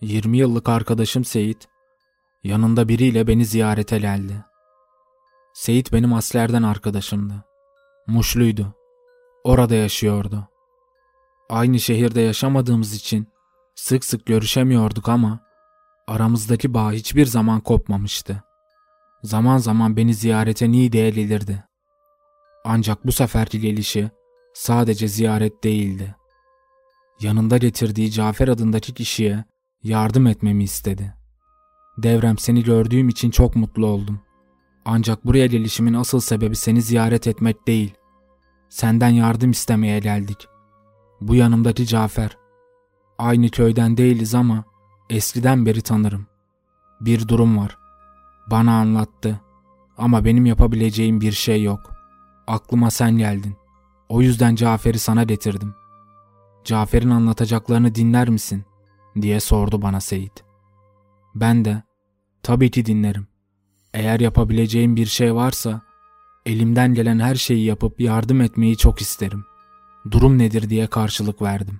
20 yıllık arkadaşım Seyit, yanında biriyle beni ziyarete geldi. Seyit benim askerden arkadaşımdı. Muşluydu. Orada yaşıyordu. Aynı şehirde yaşamadığımız için sık sık görüşemiyorduk ama aramızdaki bağ hiçbir zaman kopmamıştı. Zaman zaman beni ziyarete Niğde'ye gelirdi. Ancak bu seferki gelişi sadece ziyaret değildi. Yanında getirdiği Cafer adındaki kişiye yardım etmemi istedi. Devrem, seni gördüğüm için çok mutlu oldum. Ancak buraya gelişimin asıl sebebi seni ziyaret etmek değil. Senden yardım istemeye geldik. Bu yanımdaki Cafer. Aynı köyden değiliz ama eskiden beri tanırım. Bir durum var. Bana anlattı. Ama benim yapabileceğim bir şey yok. Aklıma sen geldin. O yüzden Cafer'i sana getirdim. Cafer'in anlatacaklarını dinler misin? Diye sordu bana Seyit. Ben de tabii ki dinlerim. Eğer yapabileceğim bir şey varsa elimden gelen her şeyi yapıp yardım etmeyi çok isterim. Durum nedir diye karşılık verdim.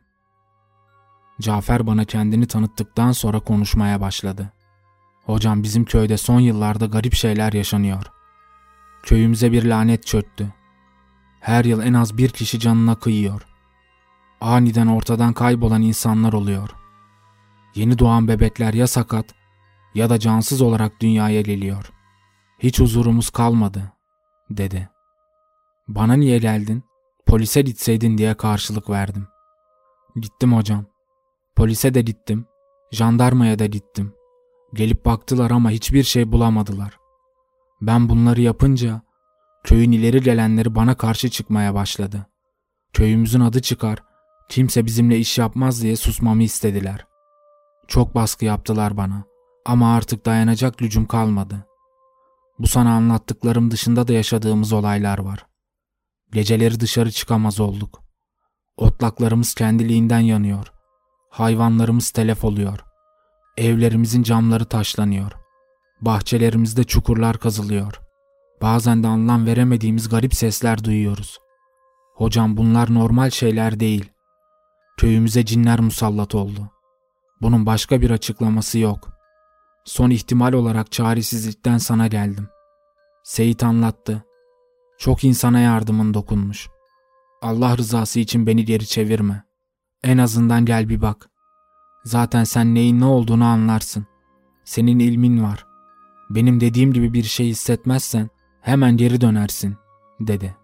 Cafer bana kendini tanıttıktan sonra konuşmaya başladı. Hocam, bizim köyde son yıllarda garip şeyler yaşanıyor. Köyümüze bir lanet çöktü. Her yıl en az bir kişi canına kıyıyor. Aniden ortadan kaybolan insanlar oluyor. Yeni doğan bebekler ya sakat ya da cansız olarak dünyaya geliyor. Hiç huzurumuz kalmadı, dedi. Bana niye geldin? Polise gitseydin diye karşılık verdim. Gittim hocam. Polise de gittim. Jandarmaya da gittim. Gelip baktılar ama hiçbir şey bulamadılar. Ben bunları yapınca köyün ileri gelenleri bana karşı çıkmaya başladı. Köyümüzün adı çıkar, kimse bizimle iş yapmaz diye susmamı istediler. Çok baskı yaptılar bana ama artık dayanacak gücüm kalmadı. Bu sana anlattıklarım dışında da yaşadığımız olaylar var. Geceleri dışarı çıkamaz olduk. Otlaklarımız kendiliğinden yanıyor. Hayvanlarımız telef oluyor. Evlerimizin camları taşlanıyor. Bahçelerimizde çukurlar kazılıyor. Bazen de anlam veremediğimiz garip sesler duyuyoruz. Hocam, bunlar normal şeyler değil. Köyümüze cinler musallat oldu. Bunun başka bir açıklaması yok. Son ihtimal olarak çaresizlikten sana geldim. Seyit anlattı. Çok insana yardımın dokunmuş. Allah rızası için beni geri çevirme. En azından gel bir bak. Zaten sen neyin ne olduğunu anlarsın. Senin ilmin var. Benim dediğim gibi bir şey hissetmezsen hemen geri dönersin, dedi.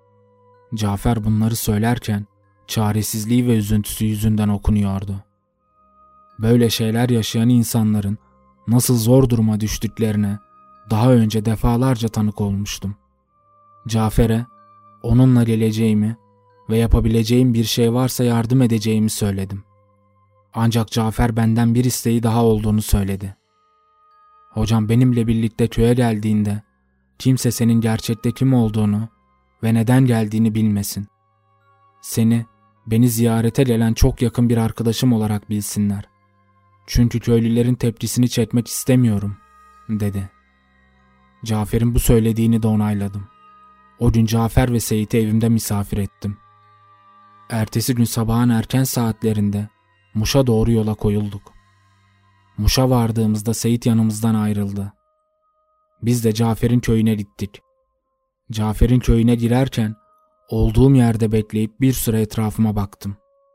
Cafer bunları söylerken çaresizliği ve üzüntüsü yüzünden okunuyordu. Böyle şeyler yaşayan insanların nasıl zor duruma düştüklerine daha önce defalarca tanık olmuştum. Cafer'e onunla geleceğimi ve yapabileceğim bir şey varsa yardım edeceğimi söyledim. Ancak Cafer benden bir isteği daha olduğunu söyledi. Hocam, benimle birlikte köye geldiğinde kimse senin gerçekte kim olduğunu ve neden geldiğini bilmesin. Seni, beni ziyarete gelen çok yakın bir arkadaşım olarak bilsinler. Çünkü köylülerin tepkisini çekmek istemiyorum, dedi. Cafer'in bu söylediğini de onayladım. O gün Cafer ve Seyit'i evimde misafir ettim. Ertesi gün sabahın erken saatlerinde Muş'a doğru yola koyulduk. Muş'a vardığımızda Seyit yanımızdan ayrıldı. Biz de Cafer'in köyüne gittik. Cafer'in köyüne girerken olduğum yerde bekleyip bir süre etrafıma baktım.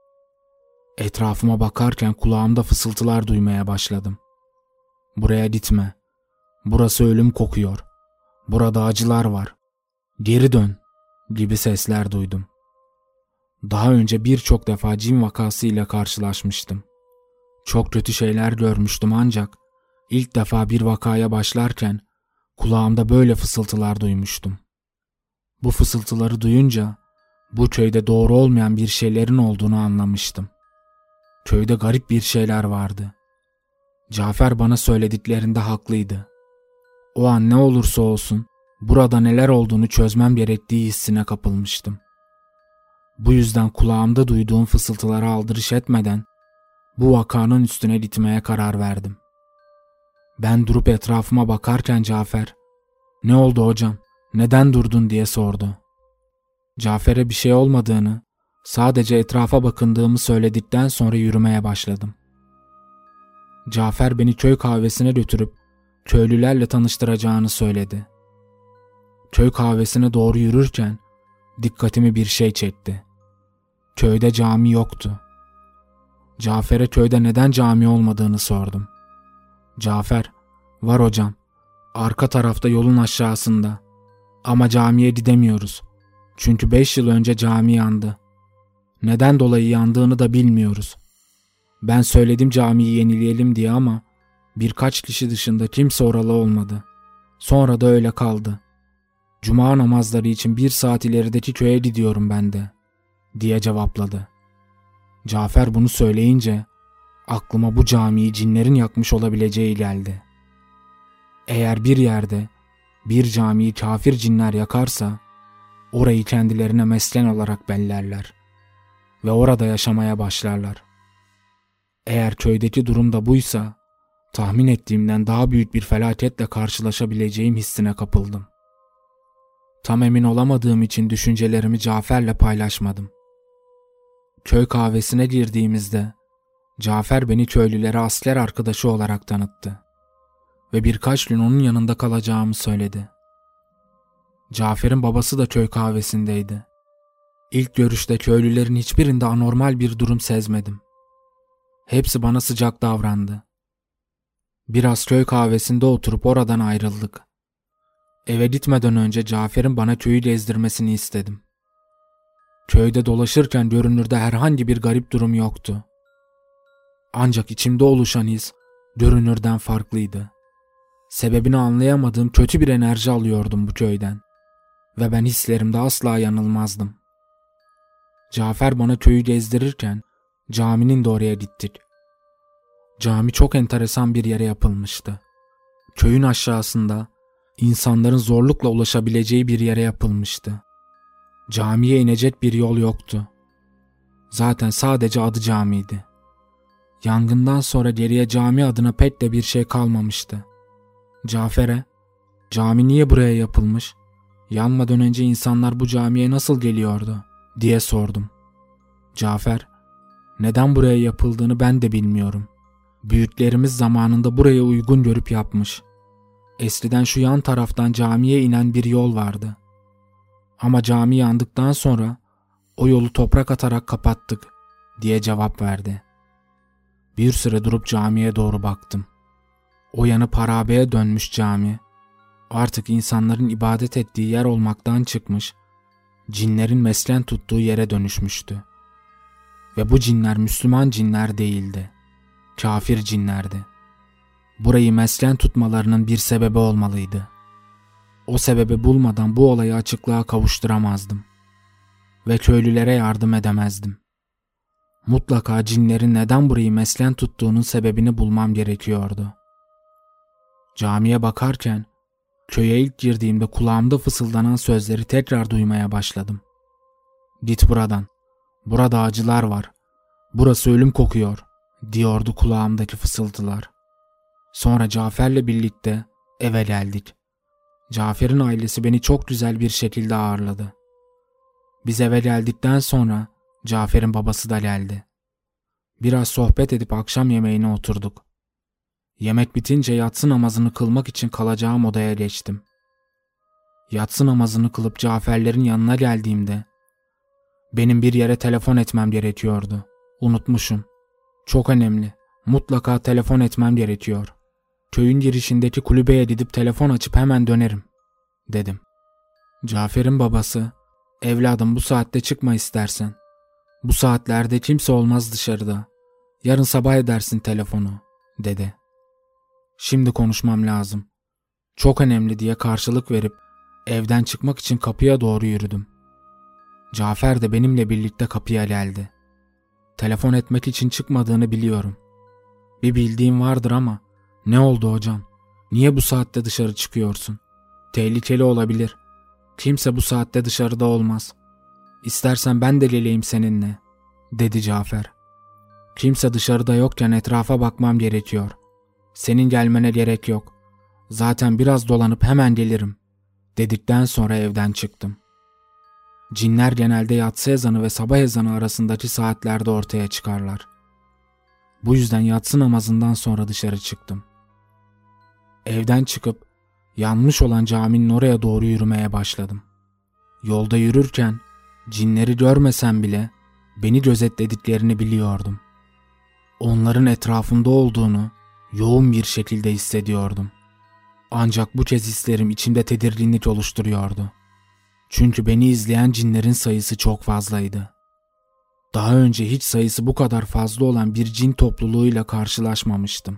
Etrafıma bakarken kulağımda fısıltılar duymaya başladım. Buraya gitme. Burası ölüm kokuyor. Burada acılar var. Geri dön gibi sesler duydum. Daha önce birçok defa cin vakasıyla karşılaşmıştım. Çok kötü şeyler görmüştüm ancak ilk defa bir vakaya başlarken kulağımda böyle fısıltılar duymuştum. Bu fısıltıları duyunca bu köyde doğru olmayan bir şeylerin olduğunu anlamıştım. Köyde garip bir şeyler vardı. Cafer bana söylediklerinde haklıydı. O an ne olursa olsun burada neler olduğunu çözmem gerektiği hissine kapılmıştım. Bu yüzden kulağımda duyduğum fısıltılara aldırış etmeden bu vakanın üstüne gitmeye karar verdim. Ben durup etrafıma bakarken Cafer, "Ne oldu hocam? Neden durdun?" diye sordu. Cafer'e bir şey olmadığını, sadece etrafa bakındığımı söyledikten sonra yürümeye başladım. Cafer beni köy kahvesine götürüp köylülerle tanıştıracağını söyledi. Köy kahvesine doğru yürürken dikkatimi bir şey çekti. Köyde cami yoktu. Cafer'e köyde neden cami olmadığını sordum. Cafer, "Var hocam. Arka tarafta yolun aşağısında. Ama camiye gidemiyoruz. Çünkü 5 yıl önce cami yandı. Neden dolayı yandığını da bilmiyoruz. Ben söyledim camiyi yenileyelim diye ama birkaç kişi dışında kimse oralı olmadı. Sonra da öyle kaldı. Cuma namazları için 1 saat ilerideki köye gidiyorum ben de," diye cevapladı. Cafer bunu söyleyince aklıma bu camiyi cinlerin yakmış olabileceği geldi. Eğer bir yerde bir camiyi kafir cinler yakarsa orayı kendilerine mesken olarak bellerler ve orada yaşamaya başlarlar. Eğer köydeki durum da buysa tahmin ettiğimden daha büyük bir felaketle karşılaşabileceğim hissine kapıldım. Tam emin olamadığım için düşüncelerimi Cafer'le paylaşmadım. Köy kahvesine girdiğimizde Cafer beni köylülere asker arkadaşı olarak tanıttı ve birkaç gün onun yanında kalacağımı söyledi. Cafer'in babası da köy kahvesindeydi. İlk görüşte köylülerin hiçbirinde anormal bir durum sezmedim. Hepsi bana sıcak davrandı. Biraz köy kahvesinde oturup oradan ayrıldık. Eve gitmeden önce Cafer'in bana köyü gezdirmesini istedim. Köyde dolaşırken görünürde herhangi bir garip durum yoktu. Ancak içimde oluşan his görünürden farklıydı. Sebebini anlayamadığım kötü bir enerji alıyordum bu köyden ve ben hislerimde asla yanılmazdım. Cafer bana köyü gezdirirken caminin de oraya gittik. Cami çok enteresan bir yere yapılmıştı. Köyün aşağısında insanların zorlukla ulaşabileceği bir yere yapılmıştı. Camiye inecek bir yol yoktu. Zaten sadece adı camiydi. Yangından sonra geriye cami adına pek de bir şey kalmamıştı. Cafer'e, "Cami niye buraya yapılmış? Yanmadan önce insanlar bu camiye nasıl geliyordu?" diye sordum. Cafer, "Neden buraya yapıldığını ben de bilmiyorum. Büyüklerimiz zamanında buraya uygun görüp yapmış. Eskiden şu yan taraftan camiye inen bir yol vardı. Ama cami yandıktan sonra o yolu toprak atarak kapattık," diye cevap verdi. Bir süre durup camiye doğru baktım. O yanıp harabeye dönmüş cami artık insanların ibadet ettiği yer olmaktan çıkmış, cinlerin mesken tuttuğu yere dönüşmüştü. Ve bu cinler Müslüman cinler değildi. Kafir cinlerdi. Burayı mesken tutmalarının bir sebebi olmalıydı. O sebebi bulmadan bu olayı açıklığa kavuşturamazdım. Ve köylülere yardım edemezdim. Mutlaka cinlerin neden burayı mesken tuttuğunun sebebini bulmam gerekiyordu. Camiye bakarken köye ilk girdiğimde kulağımda fısıldanan sözleri tekrar duymaya başladım. "Git buradan. Burada acılar var. Burası ölüm kokuyor," diyordu kulağımdaki fısıltılar. Sonra Cafer'le birlikte eve geldik. Cafer'in ailesi beni çok güzel bir şekilde ağırladı. Biz eve geldikten sonra Cafer'in babası da geldi. Biraz sohbet edip akşam yemeğine oturduk. Yemek bitince yatsı namazını kılmak için kalacağım odaya geçtim. Yatsı namazını kılıp Cafer'lerin yanına geldiğimde benim bir yere telefon etmem gerekiyordu. Unutmuşum. Çok önemli. Mutlaka telefon etmem gerekiyor. Köyün girişindeki kulübeye gidip telefon açıp hemen dönerim," dedim. Cafer'in babası, "Evladım bu saatte çıkma istersen. Bu saatlerde kimse olmaz dışarıda. Yarın sabah edersin telefonu," dedi. "Şimdi konuşmam lazım. Çok önemli," diye karşılık verip evden çıkmak için kapıya doğru yürüdüm. Cafer de benimle birlikte kapıya geldi. "Telefon etmek için çıkmadığını biliyorum. Bir bildiğim vardır ama ne oldu hocam? Niye bu saatte dışarı çıkıyorsun? Tehlikeli olabilir. Kimse bu saatte dışarıda olmaz. İstersen ben de geleyim seninle," dedi Cafer. "Kimse dışarıda yokken etrafa bakmam gerekiyor. Senin gelmene gerek yok. Zaten biraz dolanıp hemen gelirim," dedikten sonra evden çıktım. Cinler genelde yatsı ezanı ve sabah ezanı arasındaki saatlerde ortaya çıkarlar. Bu yüzden yatsı namazından sonra dışarı çıktım. Evden çıkıp yanmış olan caminin oraya doğru yürümeye başladım. Yolda yürürken cinleri görmesem bile beni gözetlediklerini biliyordum. Onların etrafımda olduğunu yoğun bir şekilde hissediyordum. Ancak bu kez hislerim içimde tedirginlik oluşturuyordu. Çünkü beni izleyen cinlerin sayısı çok fazlaydı. Daha önce hiç sayısı bu kadar fazla olan bir cin topluluğuyla karşılaşmamıştım.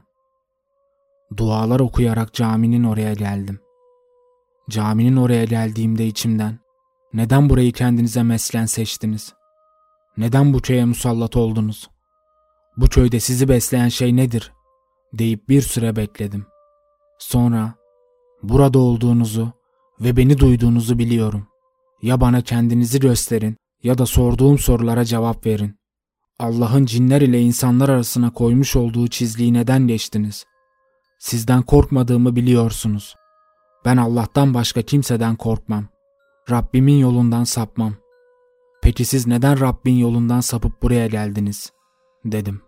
Dualar okuyarak caminin oraya geldim. Caminin oraya geldiğimde içimden, "Neden burayı kendinize mesken seçtiniz? Neden bu köye musallat oldunuz? Bu köyde sizi besleyen şey nedir?" deyip bir süre bekledim. Sonra, "Burada olduğunuzu ve beni duyduğunuzu biliyorum. Ya bana kendinizi gösterin ya da sorduğum sorulara cevap verin. Allah'ın cinler ile insanlar arasına koymuş olduğu çizgiyi neden geçtiniz? Sizden korkmadığımı biliyorsunuz. Ben Allah'tan başka kimseden korkmam. Rabbimin yolundan sapmam. Peki siz neden Rabbin yolundan sapıp buraya geldiniz?" dedim.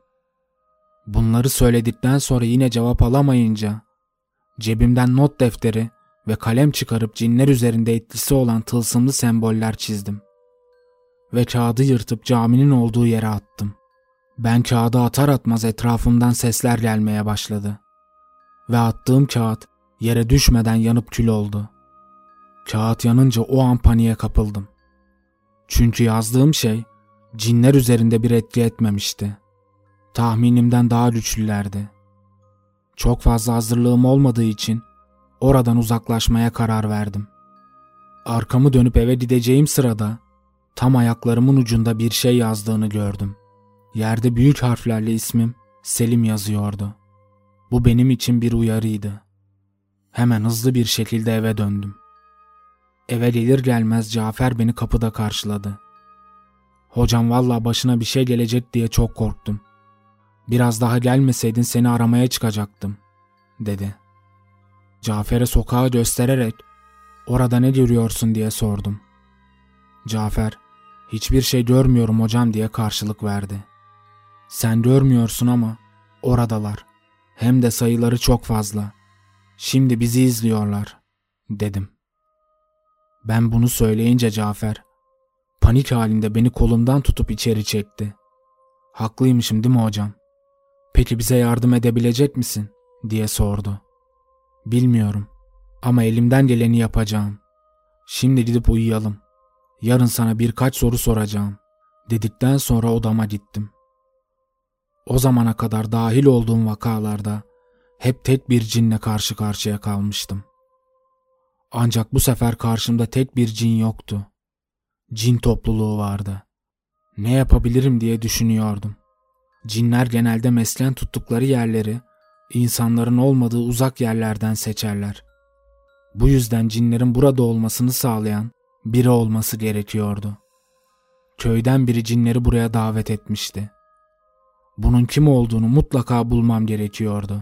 Bunları söyledikten sonra yine cevap alamayınca cebimden not defteri ve kalem çıkarıp cinler üzerinde etkisi olan tılsımlı semboller çizdim. Ve kağıdı yırtıp caminin olduğu yere attım. Ben kağıdı atar atmaz etrafımdan sesler gelmeye başladı. Ve attığım kağıt yere düşmeden yanıp kül oldu. Kağıt yanınca o an paniğe kapıldım. Çünkü yazdığım şey cinler üzerinde bir etki etmemişti. Tahminimden daha güçlülerdi. Çok fazla hazırlığım olmadığı için oradan uzaklaşmaya karar verdim. Arkamı dönüp eve gideceğim sırada tam ayaklarımın ucunda bir şey yazdığını gördüm. Yerde büyük harflerle ismim Selim yazıyordu. Bu benim için bir uyarıydı. Hemen hızlı bir şekilde eve döndüm. Eve gelir gelmez Cafer beni kapıda karşıladı. "Hocam vallahi başına bir şey gelecek diye çok korktum. Biraz daha gelmeseydin seni aramaya çıkacaktım," dedi. Cafer'e sokağı göstererek "Orada ne görüyorsun?" diye sordum. Cafer, "Hiçbir şey görmüyorum hocam," diye karşılık verdi. "Sen görmüyorsun ama oradalar. Hem de sayıları çok fazla. Şimdi bizi izliyorlar," dedim. Ben bunu söyleyince Cafer panik halinde beni kolumdan tutup içeri çekti. "Haklıymışım değil mi hocam? Peki bize yardım edebilecek misin?" diye sordu. "Bilmiyorum ama elimden geleni yapacağım. Şimdi gidip uyuyalım. Yarın sana birkaç soru soracağım," dedikten sonra odama gittim. O zamana kadar dahil olduğum vakalarda hep tek bir cinle karşı karşıya kalmıştım. Ancak bu sefer karşımda tek bir cin yoktu. Cin topluluğu vardı. Ne yapabilirim diye düşünüyordum. Cinler genelde mesken tuttukları yerleri insanların olmadığı uzak yerlerden seçerler. Bu yüzden cinlerin burada olmasını sağlayan biri olması gerekiyordu. Köyden biri cinleri buraya davet etmişti. Bunun kim olduğunu mutlaka bulmam gerekiyordu.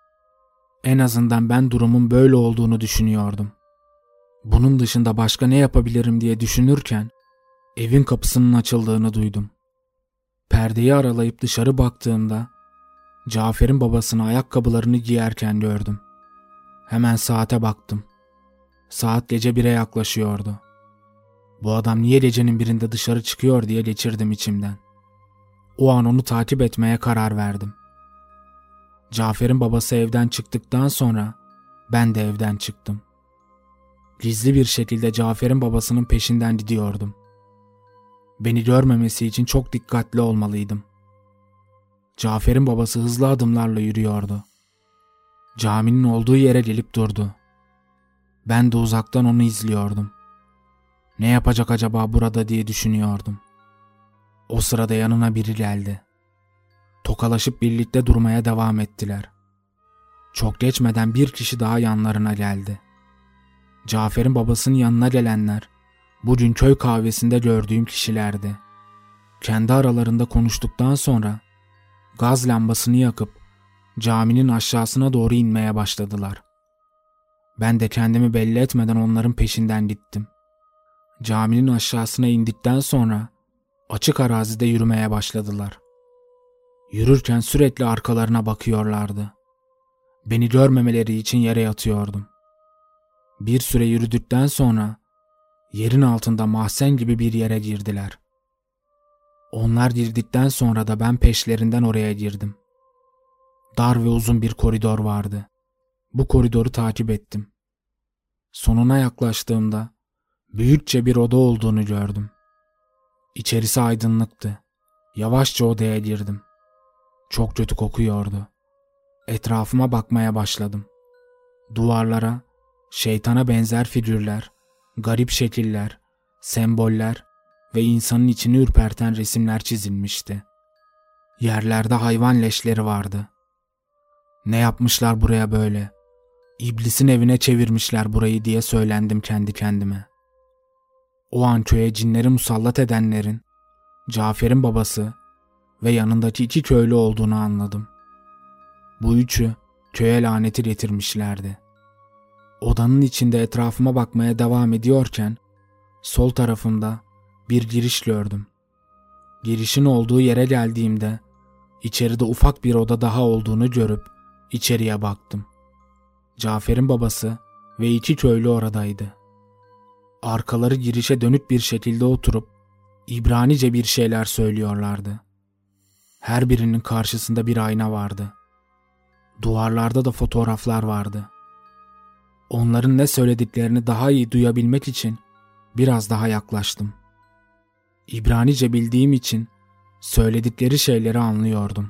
En azından ben durumun böyle olduğunu düşünüyordum. Bunun dışında başka ne yapabilirim diye düşünürken evin kapısının açıldığını duydum. Perdeyi aralayıp dışarı baktığımda Cafer'in babasını ayakkabılarını giyerken gördüm. Hemen saate baktım. Saat gece 1'e yaklaşıyordu. Bu adam niye gecenin birinde dışarı çıkıyor diye geçirdim içimden. O an onu takip etmeye karar verdim. Cafer'in babası evden çıktıktan sonra ben de evden çıktım. Gizli bir şekilde Cafer'in babasının peşinden gidiyordum. Beni görmemesi için çok dikkatli olmalıydım. Cafer'in babası hızlı adımlarla yürüyordu. Caminin olduğu yere gelip durdu. Ben de uzaktan onu izliyordum. Ne yapacak acaba burada diye düşünüyordum. O sırada yanına biri geldi. Tokalaşıp birlikte durmaya devam ettiler. Çok geçmeden bir kişi daha yanlarına geldi. Cafer'in babasının yanına gelenler bugün köy kahvesinde gördüğüm kişilerdi. Kendi aralarında konuştuktan sonra gaz lambasını yakıp caminin aşağısına doğru inmeye başladılar. Ben de kendimi belli etmeden onların peşinden gittim. Caminin aşağısına indikten sonra açık arazide yürümeye başladılar. Yürürken sürekli arkalarına bakıyorlardı. Beni görmemeleri için yere yatıyordum. Bir süre yürüdükten sonra yerin altında mahzen gibi bir yere girdiler. Onlar girdikten sonra da ben peşlerinden oraya girdim. Dar ve uzun bir koridor vardı. Bu koridoru takip ettim. Sonuna yaklaştığımda büyükçe bir oda olduğunu gördüm. İçerisi aydınlıktı. Yavaşça odaya girdim. Çok kötü kokuyordu. Etrafıma bakmaya başladım. Duvarlara şeytana benzer figürler, garip şekiller, semboller ve insanın içini ürperten resimler çizilmişti. Yerlerde hayvan leşleri vardı. Ne yapmışlar buraya böyle? İblisin evine çevirmişler burayı diye söylendim kendi kendime. O an köye cinleri musallat edenlerin Cafer'in babası ve yanındaki 2 köylü olduğunu anladım. Bu üçü köye laneti getirmişlerdi. Odanın içinde etrafıma bakmaya devam ediyorken sol tarafımda bir giriş gördüm. Girişin olduğu yere geldiğimde içeride ufak bir oda daha olduğunu görüp içeriye baktım. Cafer'in babası ve 2 köylü oradaydı. Arkaları girişe dönük bir şekilde oturup İbranice bir şeyler söylüyorlardı. Her birinin karşısında bir ayna vardı. Duvarlarda da fotoğraflar vardı. Onların ne söylediklerini daha iyi duyabilmek için biraz daha yaklaştım. İbranice bildiğim için söyledikleri şeyleri anlıyordum.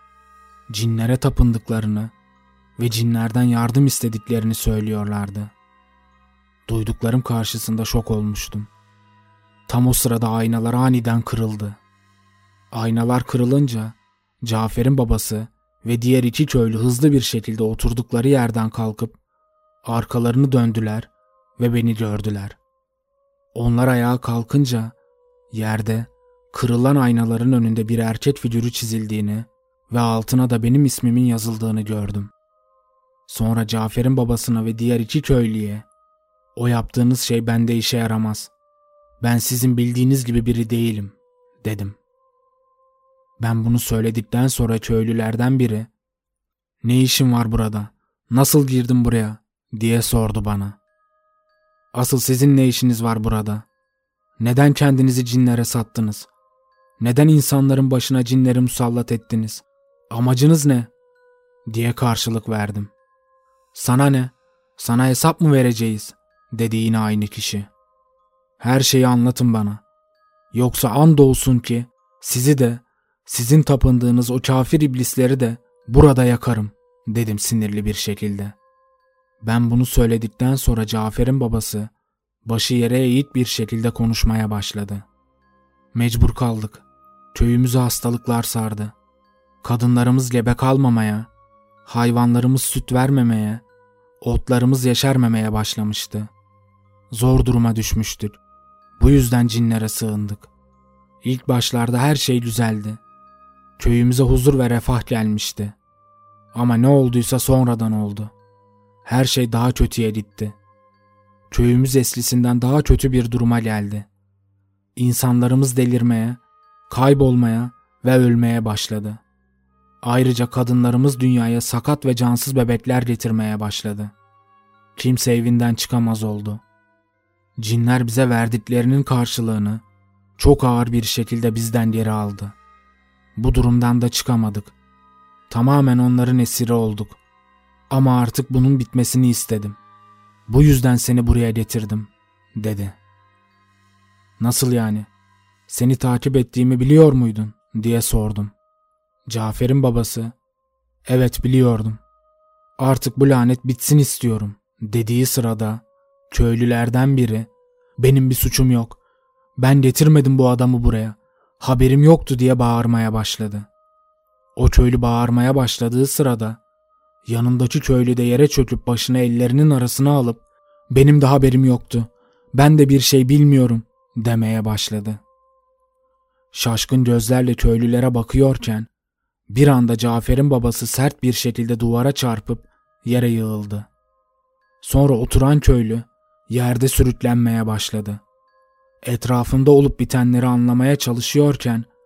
Cinlere tapındıklarını ve cinlerden yardım istediklerini söylüyorlardı. Duyduklarım karşısında şok olmuştum. Tam o sırada aynalar aniden kırıldı. Aynalar kırılınca Cafer'in babası ve diğer 2 köylü hızlı bir şekilde oturdukları yerden kalkıp arkalarını döndüler ve beni gördüler. Onlar ayağa kalkınca yerde kırılan aynaların önünde bir erkek figürü çizildiğini ve altına da benim ismimin yazıldığını gördüm. Sonra Cafer'in babasına ve diğer 2 köylüye "O yaptığınız şey bende işe yaramaz. Ben sizin bildiğiniz gibi biri değilim," dedim. Ben bunu söyledikten sonra köylülerden biri "Ne işin var burada? Nasıl girdin buraya?" diye sordu bana. "Asıl sizin ne işiniz var burada? Neden kendinizi cinlere sattınız? Neden insanların başına cinleri musallat ettiniz? Amacınız ne?" diye karşılık verdim. "Sana ne? Sana hesap mı vereceğiz?" dedi yine aynı kişi. "Her şeyi anlatın bana. Yoksa andolsun ki sizi de, sizin tapındığınız o kafir iblisleri de burada yakarım," dedim sinirli bir şekilde. Ben bunu söyledikten sonra Cafer'in babası başı yere eğik bir şekilde konuşmaya başladı. "Mecbur kaldık. Köyümüzü hastalıklar sardı. Kadınlarımız gebe kalmamaya, hayvanlarımız süt vermemeye, otlarımız yeşermemeye başlamıştı. Zor duruma düşmüştük. Bu yüzden cinlere sığındık. İlk başlarda her şey güzeldi. Köyümüze huzur ve refah gelmişti. Ama ne olduysa sonradan oldu. Her şey daha kötüye gitti. Köyümüz eskisinden daha kötü bir duruma geldi. İnsanlarımız delirmeye, kaybolmaya ve ölmeye başladı. Ayrıca kadınlarımız dünyaya sakat ve cansız bebekler getirmeye başladı. Kimse evinden çıkamaz oldu. Cinler bize verdiklerinin karşılığını çok ağır bir şekilde bizden geri aldı. Bu durumdan da çıkamadık. Tamamen onların esiri olduk. Ama artık bunun bitmesini istedim. Bu yüzden seni buraya getirdim," dedi. "Nasıl yani? Seni takip ettiğimi biliyor muydun?" diye sordum. Cafer'in babası, "Evet, biliyordum. Artık bu lanet bitsin istiyorum," dediği sırada köylülerden biri, "Benim bir suçum yok. Ben getirmedim bu adamı buraya. Haberim yoktu," diye bağırmaya başladı. O köylü bağırmaya başladığı sırada yanındaki köylü de yere çöküp başını ellerinin arasına alıp "Benim de haberim yoktu. Ben de bir şey bilmiyorum," demeye başladı. Şaşkın gözlerle köylülere bakıyorken bir anda Cafer'in babası sert bir şekilde duvara çarpıp yere yığıldı. Sonra oturan köylü yerde sürüklenmeye başladı. Etrafında olup bitenleri anlamaya çalışıyorken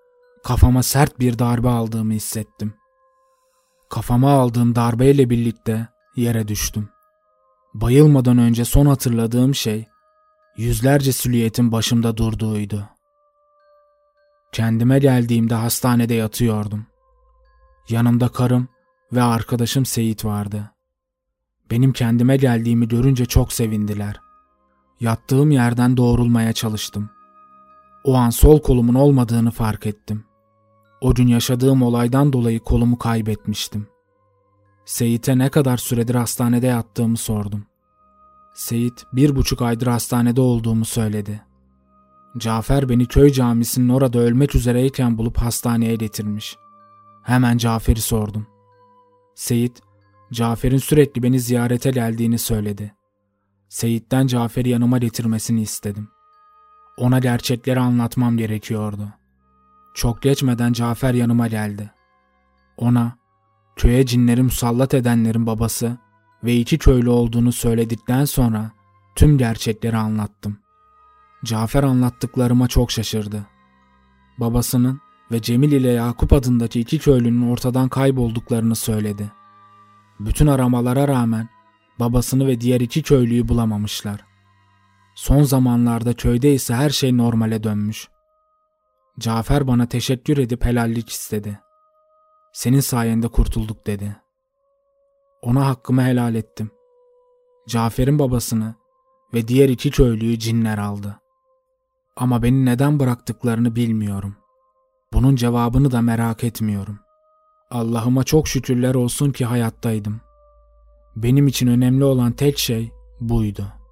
kafama sert bir darbe aldığımı hissettim. Kafama aldığım darbeyle birlikte yere düştüm. Bayılmadan önce son hatırladığım şey yüzlerce silüetin başımda durduğuydu. Kendime geldiğimde hastanede yatıyordum. Yanımda karım ve arkadaşım Seyit vardı. Benim kendime geldiğimi görünce çok sevindiler. Yattığım yerden doğrulmaya çalıştım. O an sol kolumun olmadığını fark ettim. O gün yaşadığım olaydan dolayı kolumu kaybetmiştim. Seyit'e ne kadar süredir hastanede yattığımı sordum. Seyit 1,5 aydır hastanede olduğumu söyledi. Cafer beni köy camisinin orada ölmek üzereyken bulup hastaneye getirmiş. Hemen Cafer'i sordum. Seyit, Cafer'in sürekli beni ziyarete geldiğini söyledi. Seyit'ten Cafer'i yanıma getirmesini istedim. Ona gerçekleri anlatmam gerekiyordu. Çok geçmeden Cafer yanıma geldi. Ona, köye cinleri musallat edenlerin babası ve 2 köylü olduğunu söyledikten sonra tüm gerçekleri anlattım. Cafer anlattıklarıma çok şaşırdı. Babasının ve Cemil ile Yakup adındaki 2 köylünün ortadan kaybolduklarını söyledi. Bütün aramalara rağmen babasını ve diğer 2 köylüyü bulamamışlar. Son zamanlarda köyde ise her şey normale dönmüş. Cafer bana teşekkür edip helallik istedi. Senin sayende kurtulduk dedi. Ona hakkımı helal ettim. Cafer'in babasını ve diğer 2 köylüyü cinler aldı. Ama beni neden bıraktıklarını bilmiyorum. Bunun cevabını da merak etmiyorum. Allah'ıma çok şükürler olsun ki hayattaydım. Benim için önemli olan tek şey buydu.